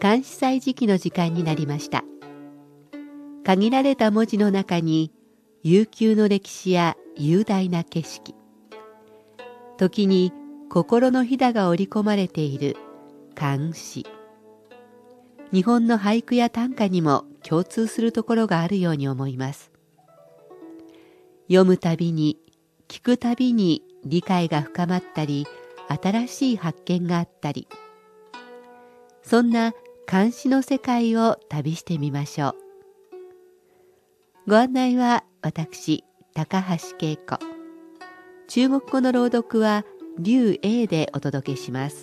漢詩祭時期の時間になりました。限られた文字の中に悠久の歴史や雄大な景色、時に心のひだが織り込まれている漢詩。日本の俳句や短歌にも共通するところがあるように思います。読むたびに、聞くたびに理解が深まったり、新しい発見があったり、そんな漢詩の世界を旅してみましょう。ご案内は私、高橋恵子。中国語の朗読は劉英でお届けします。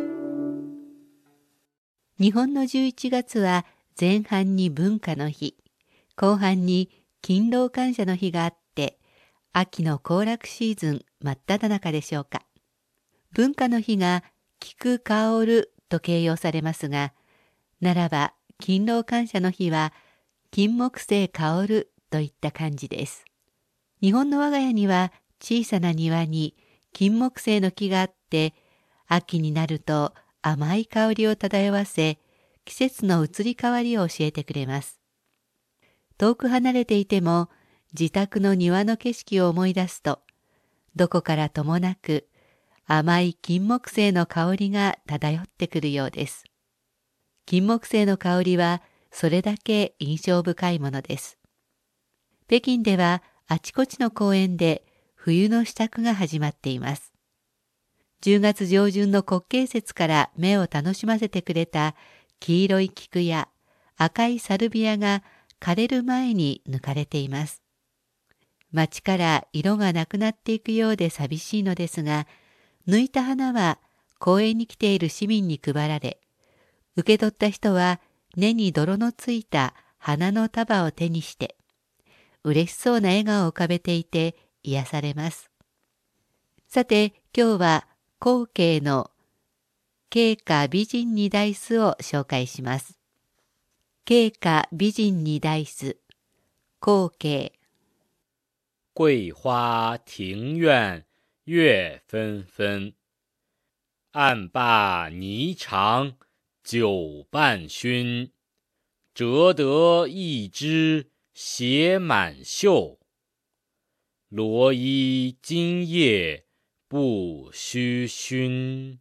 日本の11月は前半に文化の日、後半に勤労感謝の日があって、秋の行楽シーズン真っ只中でしょうか。文化の日が菊香ると形容されますが、ならば勤労感謝の日は金木犀香るといった感じです。日本の我が家には小さな庭に金木犀の木があって、秋になると甘い香りを漂わせ、季節の移り変わりを教えてくれます。遠く離れていても、自宅の庭の景色を思い出すと、どこからともなく甘い金木犀の香りが漂ってくるようです。金木犀の香りはそれだけ印象深いものです。北京ではあちこちの公園で冬の支度が始まっています。10月上旬の国慶節から目を楽しませてくれた黄色い菊や赤いサルビアが枯れる前に抜かれています。街から色がなくなっていくようで寂しいのですが、抜いた花は公園に来ている市民に配られ、受け取った人は根に泥のついた花の束を手にして、嬉しそうな笑顔を浮かべていて癒されます。さて、今日は光景の景華美人二代詩を紹介します。景華美人二代詩、光景。 桂花庭院月纷纷，案笆霓裳久伴君。折得一枝斜满袖，罗衣今夜不须熏。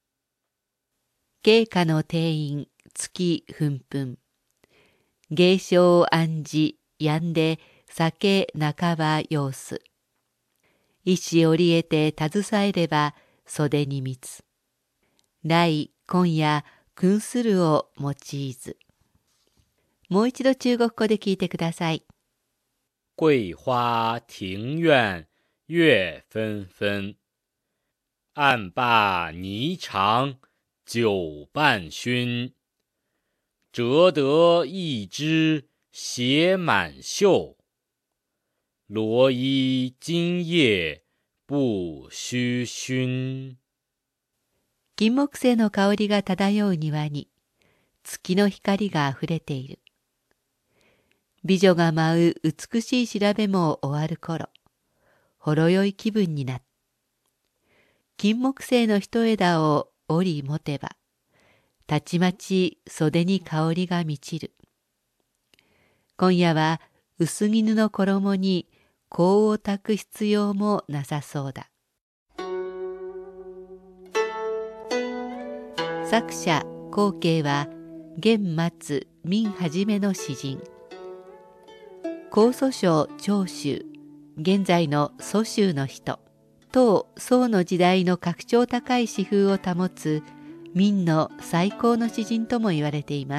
景華の庭院月紛紛。芸商暗示やんで酒半ば様子。意志折り得て携えれば袖に蜜。来今夜君するを用いず。もう一度中国語で聞いてください。 桂花庭院月纷纷，案笆霓裳久伴君。折得一枝斜满袖，罗衣今夜不须熏。 金木犀の香りが漂う庭に月の光があふれている。美女が舞う美しい調べも終わる頃、ほろ酔い気分になった。金木犀の一枝を折り持てば、たちまち袖に香りが満ちる。今夜は薄絹の衣に香を焚く必要もなさそうだ。作者光景は元末明初めの詩人。江蘇省長州、現在の蘇州の人。当宋の時代の格調高い詩風を保つ明の最高の詩人とも言われています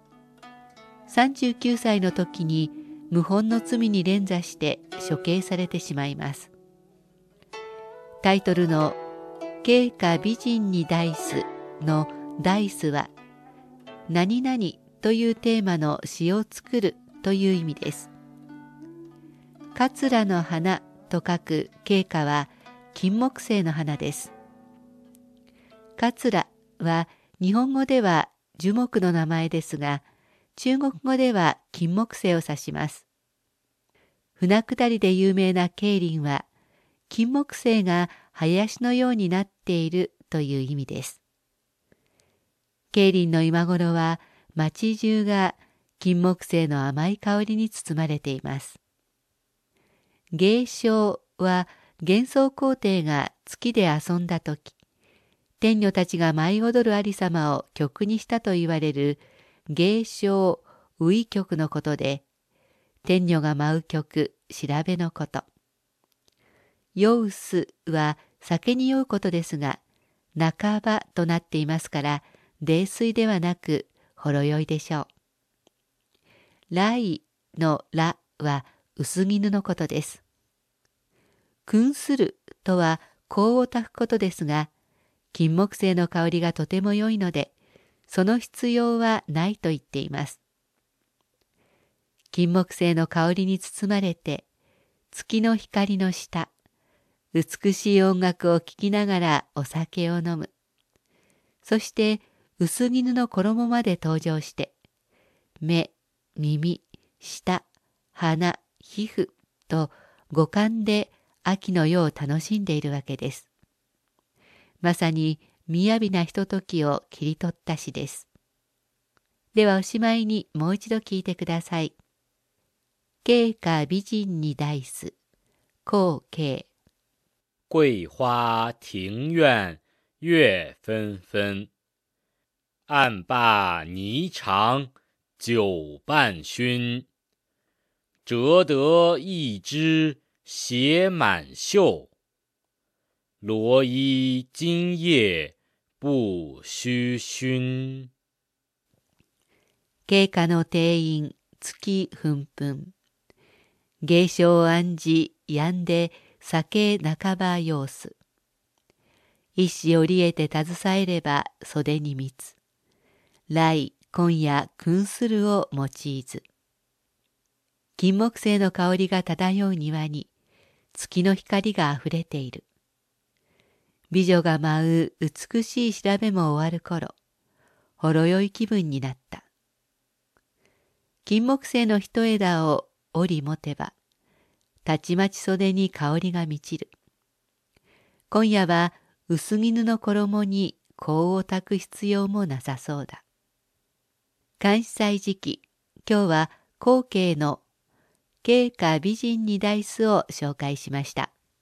。39歳の時に謀反の罪に連座して処刑されてしまいます。タイトルの景華美人二代詩の代詩は、何々というテーマの詩を作るという意味です。桂の花と書く景華は金木犀の花です。桂は日本語では樹木の名前ですが、中国語では金木犀を指します。船下りで有名な桂林は、金木犀が林のようになっているという意味です。 桂林の今頃は町中が金木犀の甘い香りに包まれています。芸鐘は幻想皇帝が月で遊んだとき、天女たちが舞い踊るありさまを曲にしたと言われる芸鐘ウイ曲のことで、天女が舞う曲、調べのこと。酔うすは酒に酔うことですが、半ばとなっていますから、泥酔ではなく、ほろ酔いでしょう。来のらは薄絹のことです。燻するとは香を焚くことですが、金木犀の香りがとても良いので、その必要はないと言っています。金木犀の香りに包まれて、月の光の下、美しい音楽を聴きながらお酒を飲む。そして薄絹の衣まで登場して、目、耳、舌、鼻、皮膚と五感で秋の夜を楽しんでいるわけです。まさに雅なひとときを切り取った詩です。ではおしまいにもう一度聞いてください。桂花美人に代す、後桂。 桂花庭院月纷纷，案笆霓裳酒半醺。折得一枝斜满袖，罗衣今夜不须熏。 桂花の庭院月紛紛。芸鐘を案じやんで酒半ば様子。一子折り得て携えれば袖に蜜。来今夜燻するを用いず。金木犀の香りが漂う庭に月の光があふれている。美女が舞う美しい調べも終わる頃、ほろ酔い気分になった。金木犀の一枝を折り持てば、たちまち袖に香りが満ちる。今夜は薄絹の衣に香を焚く必要もなさそうだ。漢詩祭時期、今日は後桂の桂花美人に代すを紹介しました。